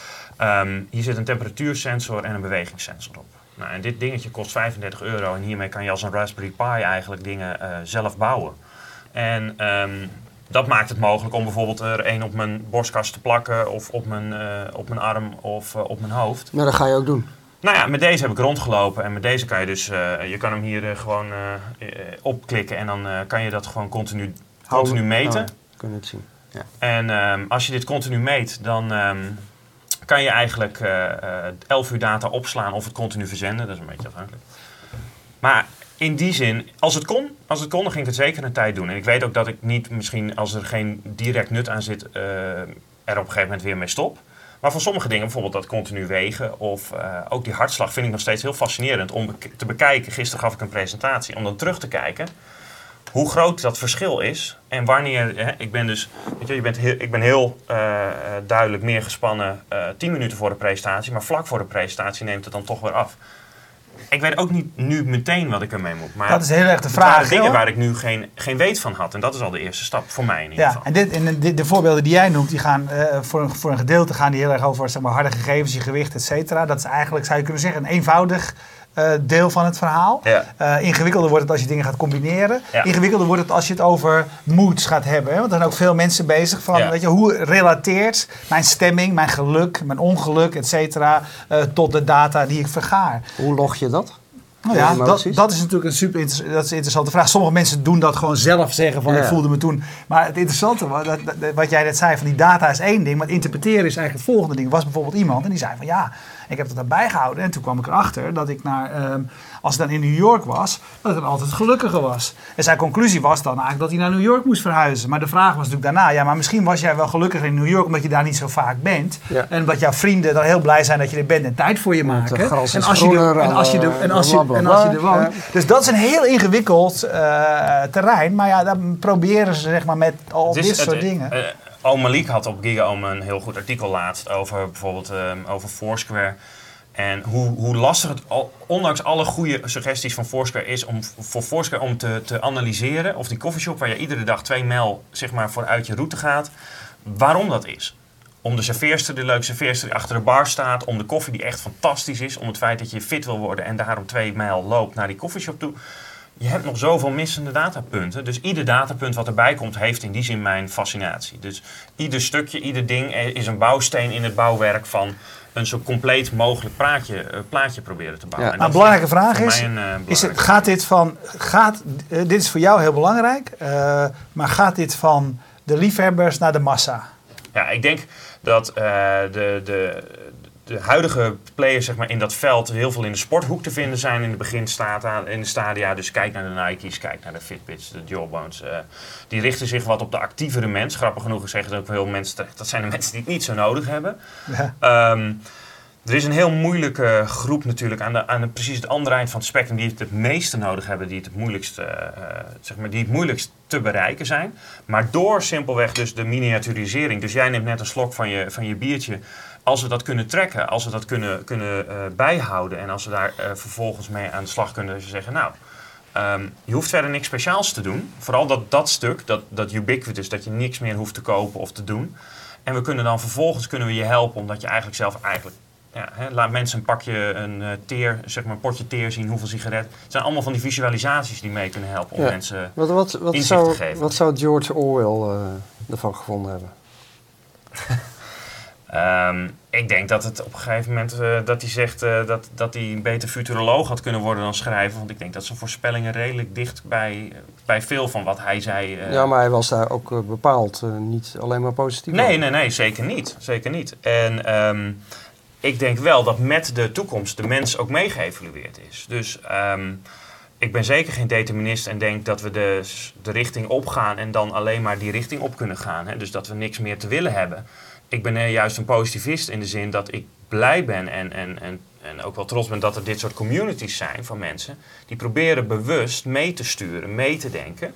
Um, hier zit een temperatuursensor en een bewegingssensor op. Nou, en dit dingetje kost vijfendertig euro en hiermee kan je als een Raspberry Pi eigenlijk dingen uh, zelf bouwen. En um, dat maakt het mogelijk om bijvoorbeeld er een op mijn borstkas te plakken of op mijn, uh, op mijn arm of uh, op mijn hoofd. Nou, dat ga je ook doen. Nou ja, met deze heb ik rondgelopen en met deze kan je dus, uh, je kan hem hier uh, gewoon uh, uh, opklikken en dan uh, kan je dat gewoon continu, continu meten. Oh, kun je het zien. Ja. En um, als je dit continu meet, dan... Um, kan je eigenlijk uh, uh, elf uur data opslaan of het continu verzenden. Dat is een beetje afhankelijk. Maar in die zin, als het kon, als het kon, dan ging ik het zeker een tijd doen. En ik weet ook dat ik niet misschien, als er geen direct nut aan zit, uh, er op een gegeven moment weer mee stop. Maar voor sommige dingen, bijvoorbeeld dat continu wegen of uh, ook die hartslag, vind ik nog steeds heel fascinerend om be- te bekijken. Gisteren gaf ik een presentatie om dan terug te kijken hoe groot dat verschil is en wanneer. Hè, ik ben dus, weet je, je bent heel, ik ben heel uh, duidelijk meer gespannen uh, tien minuten voor de presentatie, maar vlak voor de presentatie neemt het dan toch weer af. Ik weet ook niet nu meteen wat ik ermee moet. Maar dat is heel erg de vraag. Het waren dingen waar ik nu geen, geen weet van had. En dat is al de eerste stap voor mij in ieder ja, geval. En, dit, en de, de voorbeelden die jij noemt, die gaan uh, voor, een, voor een gedeelte gaan die heel erg over zeg maar, harde gegevens, je gewicht, et cetera. Dat is eigenlijk, zou je kunnen zeggen, een eenvoudig uh, deel van het verhaal. Ja. Uh, ingewikkelder wordt het als je dingen gaat combineren. Ja. Ingewikkelder wordt het als je het over moods gaat hebben. Hè? Want er zijn ook veel mensen bezig van, ja. weet je, hoe relateert mijn stemming, mijn geluk, mijn ongeluk, et cetera, uh, tot de data die ik vergaar. Hoe log je dat? Nou ja, dat, dat is natuurlijk een super inter- dat is een interessante vraag. Sommige mensen doen dat gewoon zelf, zeggen van ja. ik voelde me toen. Maar het interessante, wat, dat, dat, wat jij net zei, van die data is één ding, maar het interpreteren is eigenlijk het volgende ding. Er was bijvoorbeeld iemand en die zei van ja, Ik heb dat daarbij gehouden en toen kwam ik erachter dat ik naar, um, als ik dan in New York was, dat ik dan altijd gelukkiger was. En zijn conclusie was dan eigenlijk dat hij naar New York moest verhuizen. Maar de vraag was natuurlijk daarna, ja, maar misschien was jij wel gelukkiger in New York omdat je daar niet zo vaak bent. Ja. En omdat jouw vrienden dan heel blij zijn dat je er bent en tijd voor je maken. En als je er, en als je er, en als je, en als je er woont. Ja. Dus dat is een heel ingewikkeld uh, terrein. Maar ja, dan proberen ze zeg maar met al dit soort het, dingen. Uh, Oom Malik had op GigaOM een heel goed artikel laatst over bijvoorbeeld um, over Foursquare. En hoe, hoe lastig het, al, ondanks alle goede suggesties van Foursquare is om voor Foursquare om te, te analyseren of die coffeeshop waar je iedere dag twee mijl zeg maar, vooruit je route gaat, waarom dat is. Om de serveerster, de leuke serveerster die achter de bar staat, om de koffie die echt fantastisch is, om het feit dat je fit wil worden en daarom twee mijl loopt naar die coffeeshop toe. Je hebt nog zoveel missende datapunten. Dus ieder datapunt wat erbij komt, heeft in die zin mijn fascinatie. Dus ieder stukje, ieder ding is een bouwsteen in het bouwwerk van een zo compleet mogelijk plaatje, uh, plaatje proberen te bouwen. Ja, nou, een belangrijke vraag is, een, uh, belangrijke is het, gaat dit van, gaat, uh, dit is voor jou heel belangrijk, uh, maar gaat dit van de liefhebbers naar de massa? Ja, ik denk dat uh, de... de De huidige players zeg maar, in dat veld heel veel in de sporthoek te vinden zijn in de beginstadia. In de stadia. Dus kijk naar de Nike's, kijk naar de Fitbits, de Jawbones. Uh, die richten zich wat op de actievere mens. Grappig genoeg zeggen ook veel mensen terecht. Dat zijn de mensen die het niet zo nodig hebben. Ja. Um, er is een heel moeilijke groep natuurlijk aan, de, aan de, precies het andere eind van het spectrum die het het meeste nodig hebben, die het, het moeilijkst, uh, zeg maar, die het moeilijkst te bereiken zijn. Maar door simpelweg dus de miniaturisering. Dus jij neemt net een slok van je, van je biertje. Als we dat kunnen trekken, als we dat kunnen, kunnen uh, bijhouden en als we daar uh, vervolgens mee aan de slag kunnen, dus je zeggen, nou, um, je hoeft verder niks speciaals te doen. Vooral dat, dat stuk, dat, dat ubiquitous, dat je niks meer hoeft te kopen of te doen. En we kunnen dan vervolgens kunnen we je helpen, omdat je eigenlijk zelf eigenlijk, ja, hè, laat mensen een pakje, een uh, teer, zeg maar een potje teer zien, hoeveel sigaret. Het zijn allemaal van die visualisaties die mee kunnen helpen om ja. mensen wat, wat, wat inzicht zou, te geven. Wat zou George Orwell uh, ervan gevonden hebben? Um, ik denk dat het op een gegeven moment uh, dat hij zegt uh, dat, dat hij een beter futuroloog had kunnen worden dan schrijver. Want ik denk dat zijn voorspellingen redelijk dicht bij, bij veel van wat hij zei. Uh, ja, maar hij was daar ook uh, bepaald uh, niet alleen maar positief. Nee, nee, nee, zeker niet. Zeker niet. En um, ik denk wel dat met de toekomst de mens ook mee geëvalueerd is. Dus um, ik ben zeker geen determinist en denk dat we de, de richting opgaan en dan alleen maar die richting op kunnen gaan. Hè? Dus dat we niks meer te willen hebben. Ik ben juist een positivist in de zin dat ik blij ben en, en, en, en ook wel trots ben dat er dit soort communities zijn van mensen die proberen bewust mee te sturen, mee te denken.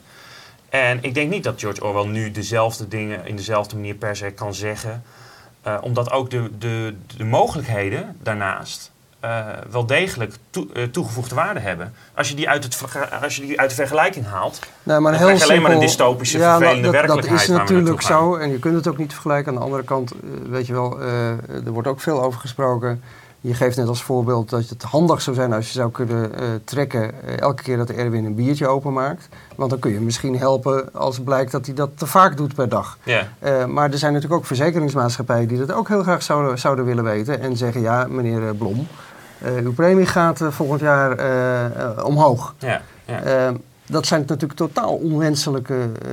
En ik denk niet dat George Orwell nu dezelfde dingen in dezelfde manier per se kan zeggen, uh, omdat ook de, de, de mogelijkheden daarnaast uh, wel degelijk toe, uh, toegevoegde waarde hebben. Als je die uit, het, als je die uit de vergelijking haalt, nee, maar dan heel krijg je alleen simpel, maar een dystopische, ja, vervelende dat, werkelijkheid. Dat is natuurlijk zo en je kunt het ook niet vergelijken. Aan de andere kant, uh, weet je wel, uh, er wordt ook veel over gesproken. Je geeft net als voorbeeld dat het handig zou zijn als je zou kunnen uh, trekken uh, elke keer dat Erwin een biertje openmaakt. Want dan kun je misschien helpen als blijkt dat hij dat te vaak doet per dag. Yeah. Uh, maar er zijn natuurlijk ook verzekeringsmaatschappijen die dat ook heel graag zouden, zouden willen weten. En zeggen, ja, meneer Blom, uh, uw premie gaat uh, volgend jaar uh, uh, omhoog. Yeah. Yeah. Uh, dat zijn natuurlijk totaal onwenselijke uh,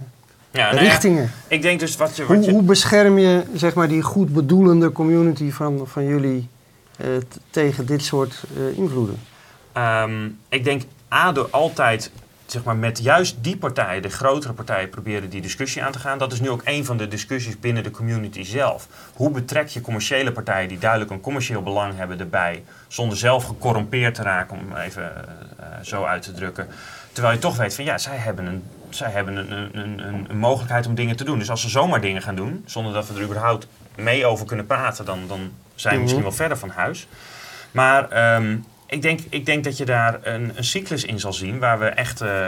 ja, richtingen. Nou ja, ik denk dus wat je... Wat hoe, je... hoe bescherm je zeg maar, die goed bedoelende community van, van jullie uh, t- tegen dit soort uh, invloeden? Um, ik denk A, door altijd zeg maar, met juist die partijen, de grotere partijen, proberen die discussie aan te gaan. Dat is nu ook een van de discussies binnen de community zelf. Hoe betrek je commerciële partijen die duidelijk een commercieel belang hebben erbij, zonder zelf gecorrumpeerd te raken, om even uh, zo uit te drukken. Terwijl je toch weet van ja, zij hebben een zij hebben een, een, een, een mogelijkheid om dingen te doen. Dus als ze zomaar dingen gaan doen, zonder dat we er überhaupt mee over kunnen praten, dan, dan zijn we mm-hmm. misschien wel verder van huis. Maar um, ik, denk, ik denk dat je daar een, een cyclus in zal zien, waar we echt uh, uh,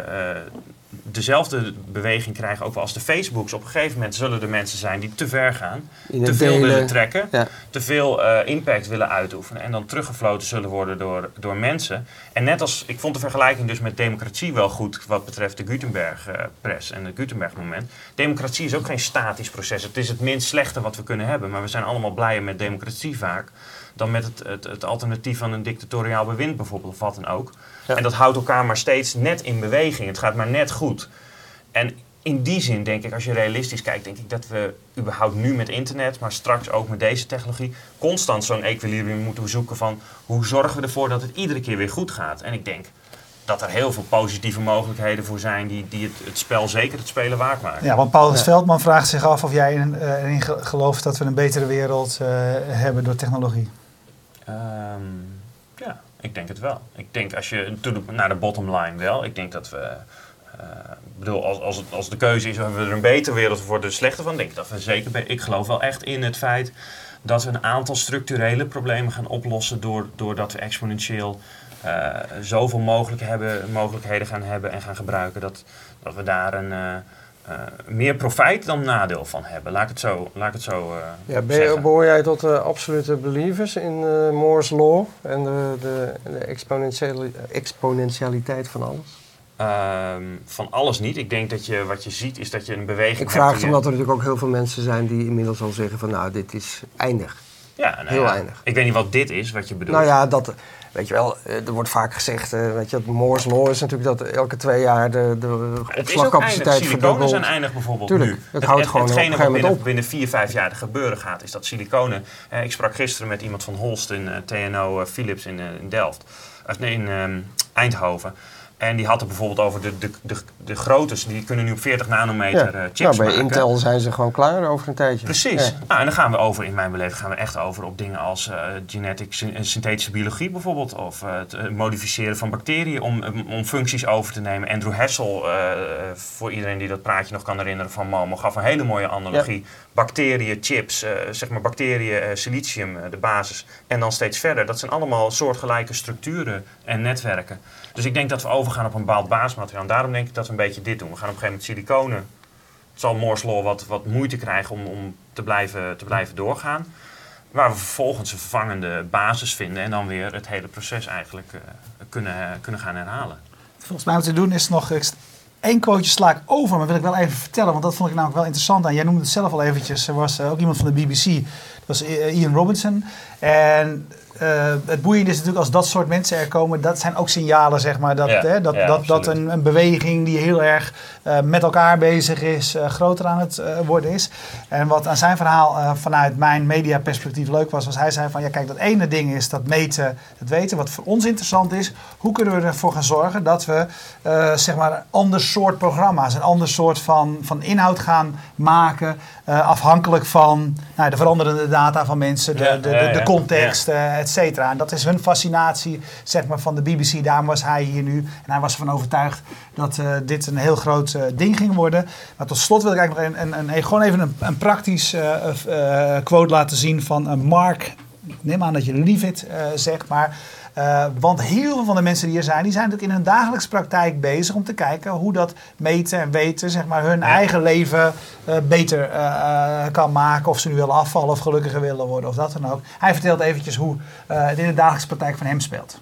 dezelfde beweging krijgen, ook wel als de Facebooks. Op een gegeven moment zullen er mensen zijn die te ver gaan, te veel delen. willen trekken, ja. te veel uh, impact willen uitoefenen en dan teruggefloten zullen worden door, door mensen. En net als, ik vond de vergelijking dus met democratie wel goed wat betreft de Gutenberg-press uh, en het Gutenberg-moment. Democratie is ook geen statisch proces. Het is het minst slechte wat we kunnen hebben, maar we zijn allemaal blijer met democratie vaak dan met het, het, het alternatief van een dictatoriaal bewind bijvoorbeeld, of wat dan ook. Ja. En dat houdt elkaar maar steeds net in beweging. Het gaat maar net goed. En in die zin denk ik, als je realistisch kijkt, denk ik dat we überhaupt nu met internet, maar straks ook met deze technologie, constant zo'n equilibrium moeten zoeken van hoe zorgen we ervoor dat het iedere keer weer goed gaat. En ik denk dat er heel veel positieve mogelijkheden voor zijn die, die het, het spel, zeker het spelen waard maken. Ja, want Paulus ja. Veldman vraagt zich af of jij erin, uh, erin gelooft dat we een betere wereld uh, hebben door technologie. Um, ja, ik denk het wel. Ik denk als je to the, naar de bottom line wel. Ik denk dat we, uh, bedoel, als, als, het, als de keuze is, hebben we er een betere wereld of wordt er slechter van, denk ik dat we zeker. Be- ik geloof wel echt in het feit dat we een aantal structurele problemen gaan oplossen door, doordat we exponentieel Uh, zoveel mogelijk hebben, mogelijkheden gaan hebben en gaan gebruiken, dat, dat we daar een, uh, uh, meer profijt dan nadeel van hebben. Laat ik het zo, laat ik het zo uh, ja, ben je, zeggen. Behoor jij tot de absolute believers in uh, Moore's Law en de, de, de exponentiële, exponentialiteit van alles? Uh, van alles niet. Ik denk dat je wat je ziet is dat je een beweging Ik vraag hebt. het omdat er natuurlijk ook heel veel mensen zijn die inmiddels al zeggen van nou, dit is eindig. Ja, nou heel ja, eindig. Ik weet niet wat dit is, wat je bedoelt. Nou ja, dat, weet je wel, er wordt vaak gezegd, weet je, Moore's Law is natuurlijk dat elke twee jaar de, de opslagcapaciteit verdubbelt. Siliconen zijn eindig bijvoorbeeld Tuurlijk, nu. het houdt gewoon op een hetgene gegeven wat moment binnen, op. binnen vier, vijf jaar gebeuren gaat, is dat siliconen. Eh, ik sprak gisteren met iemand van Holst in uh, T N O uh, Philips in, uh, in Delft, of nee, in um, Eindhoven. En die had het bijvoorbeeld over de, de, de, de groottes, die kunnen nu op veertig nanometer ja. uh, chips nou, bij maken. Intel zijn ze gewoon klaar over een tijdje. Precies. Ja. Nou, en dan gaan we over, in mijn beleving, gaan we echt over op dingen als uh, genetic, synthetische biologie bijvoorbeeld. Of uh, het uh, modificeren van bacteriën om, um, om functies over te nemen. Andrew Hassel, uh, voor iedereen die dat praatje nog kan herinneren van Malmo, gaf een hele mooie analogie. Ja. Bacteriën, chips, uh, zeg maar bacteriën, uh, silicium, uh, de basis. En dan steeds verder. Dat zijn allemaal soortgelijke structuren en netwerken. Dus ik denk dat we overgaan op een bepaald basismateriaal. En daarom denk ik dat we een beetje dit doen. We gaan op een gegeven moment siliconen. Het zal Moore's Law wat, wat moeite krijgen om, om te, blijven, te blijven doorgaan. Waar we vervolgens een vervangende basis vinden. En dan weer het hele proces eigenlijk uh, kunnen, uh, kunnen gaan herhalen. Volgens mij wat we doen is nog één quoteje sla ik over. Maar wil ik wel even vertellen. Want dat vond ik namelijk wel interessant aan. Jij noemde het zelf al eventjes. Er was uh, ook iemand van de B B C. Dat was Ian Robinson. En Uh, het boeiende is natuurlijk als dat soort mensen er komen, dat zijn ook signalen, zeg maar, dat, ja, hè, dat, ja, dat, dat een, een beweging die heel erg uh, met elkaar bezig is, uh, groter aan het uh, worden is. En wat aan zijn verhaal uh, vanuit mijn mediaperspectief leuk was, was hij zei van, ja kijk, dat ene ding is dat meten, het weten, wat voor ons interessant is. Hoe kunnen we ervoor gaan zorgen dat we, uh, zeg maar, een ander soort programma's, een ander soort van, van inhoud gaan maken, uh, afhankelijk van nou, de veranderende data van mensen, de, ja, de, ja, de, de ja, context, ja. uh, et cetera. En dat is hun fascinatie, zeg maar, van de B B C. Daarom was hij hier nu. En hij was ervan overtuigd dat uh, dit een heel groot uh, ding ging worden. Maar tot slot wil ik eigenlijk nog een, een, een, gewoon even een, een praktisch uh, uh, quote laten zien van uh, Mark. Ik neem aan dat je leave it uh, zegt, maar Uh, want heel veel van de mensen die hier zijn, die zijn natuurlijk in hun dagelijkse praktijk bezig om te kijken hoe dat meten en weten, zeg maar, hun ja. eigen leven uh, beter uh, kan maken. Of ze nu willen afvallen of gelukkiger willen worden of dat dan ook. Hij vertelt eventjes hoe uh, het in de dagelijkse praktijk van hem speelt.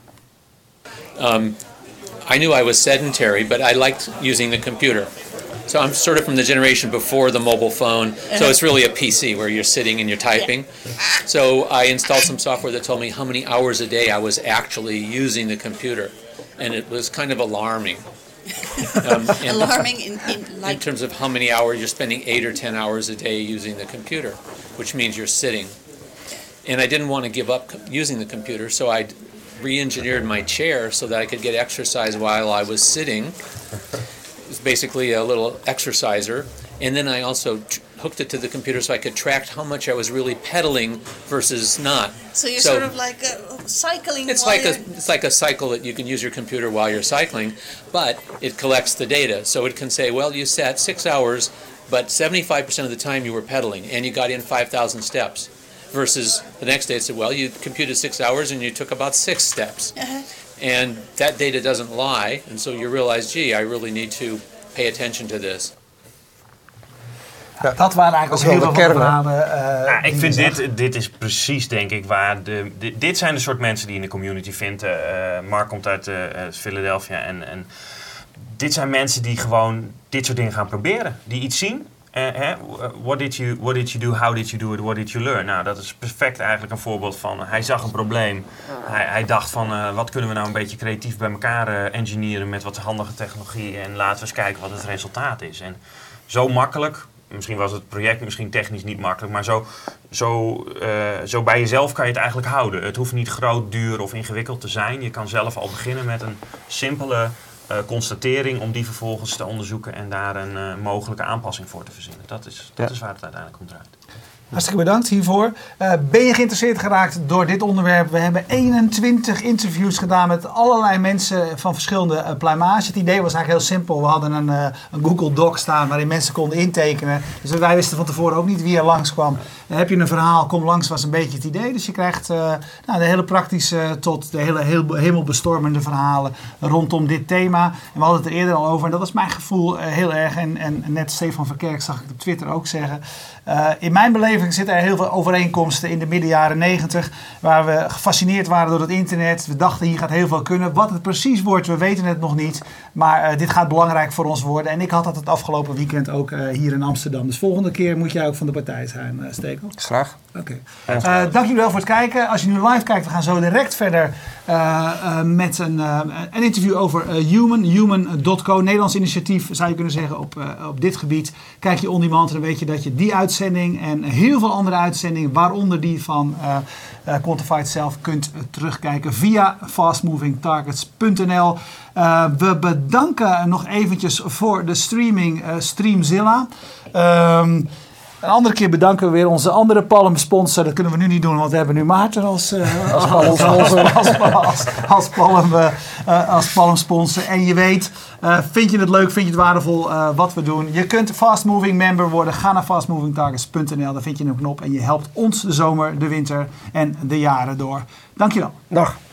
Um, I knew I was sedentary, but I liked using the computer. So I'm sort of from the generation before the mobile phone. So it's really a P C where you're sitting and you're typing. So I installed some software that told me how many hours a day I was actually using the computer. And it was kind of alarming. Um, alarming in, in, like... in terms of how many hours you're spending, eight or ten hours a day using the computer, which means you're sitting. And I didn't want to give up using the computer, so I re-engineered my chair so that I could get exercise while I was sitting. It's basically a little exerciser, and then I also t- hooked it to the computer so I could track how much I was really pedaling versus not. So you're so sort of like uh, cycling. It's while like a it's like a cycle that you can use your computer while you're cycling, but it collects the data. So it can say, well, you sat six hours, but seventy-five percent of the time you were pedaling, and you got in five thousand steps. Versus the next day it said, well, you computed six hours and you took about six steps. Uh-huh. And that data doesn't lie, and so you realize, gee, I really need to pay attention to this. Ja, dat waren eigenlijk ook heel veel van de verhalen. Uh, ja, ik vind dit, dit is precies, denk ik, waar de... Dit, dit zijn de soort mensen die je in de community vindt. Uh, Mark komt uit uh, Philadelphia en, en dit zijn mensen die gewoon dit soort dingen gaan proberen. Die iets zien Uh, hè, what, did you, what did you do, how did you do it, what did you learn? Nou, dat is perfect eigenlijk een voorbeeld van, uh, hij zag een probleem. Hij, hij dacht van, uh, wat kunnen we nou een beetje creatief bij elkaar uh, engineeren met wat handige technologie en laten we eens kijken wat het resultaat is. En zo makkelijk, misschien was het project misschien technisch niet makkelijk, maar zo, zo, uh, zo bij jezelf kan je het eigenlijk houden. Het hoeft niet groot, duur of ingewikkeld te zijn. Je kan zelf al beginnen met een simpele Uh, constatering om die vervolgens te onderzoeken en daar een uh, mogelijke aanpassing voor te verzinnen. Dat is, dat Ja. is waar het uiteindelijk om draait. Hartstikke bedankt hiervoor. Uh, ben je geïnteresseerd geraakt door dit onderwerp? We hebben eenentwintig interviews gedaan met allerlei mensen van verschillende uh, pluimage. Het idee was eigenlijk heel simpel. We hadden een, uh, een Google Doc staan waarin mensen konden intekenen. Dus wij wisten van tevoren ook niet wie er langskwam. Dan heb je een verhaal, kom langs, was een beetje het idee. Dus je krijgt uh, nou, de hele praktische tot de hele heel, hemelbestormende verhalen rondom dit thema. En we hadden het er eerder al over en dat was mijn gevoel uh, heel erg. En, en net Stefan Verkerk zag ik het op Twitter ook zeggen. Uh, in mijn beleving zitten er heel veel overeenkomsten in de midden jaren negentig, waar we gefascineerd waren door het internet. We dachten hier gaat heel veel kunnen. Wat het precies wordt, we weten het nog niet. Maar uh, dit gaat belangrijk voor ons worden. En ik had dat het afgelopen weekend ook uh, hier in Amsterdam. Dus volgende keer moet jij ook van de partij zijn, uh, Stekel. Graag. Oké. Okay. Uh, dank jullie wel voor het kijken. Als je nu live kijkt, we gaan zo direct verder uh, uh, met een, uh, een interview over uh, Human, human dot co. Nederlands initiatief, zou je kunnen zeggen, op, uh, op dit gebied. Kijk je on demand en dan weet je dat je die uitzending en heel veel andere uitzendingen, waaronder die van uh, uh, Quantified zelf, kunt uh, terugkijken via fast moving targets punt n l. Uh, we bedanken nog eventjes voor de streaming uh, Streamzilla. Um, Een andere keer bedanken we weer onze andere Palm-sponsor. Dat kunnen we nu niet doen, want we hebben nu Maarten als, uh, als, als, als, als, als, als, Palm, uh, als Palm-sponsor. En je weet, uh, vind je het leuk, vind je het waardevol uh, wat we doen? Je kunt Fast Moving member worden. Ga naar fast moving targets punt n l, daar vind je een knop. En je helpt ons de zomer, de winter en de jaren door. Dankjewel. Dag.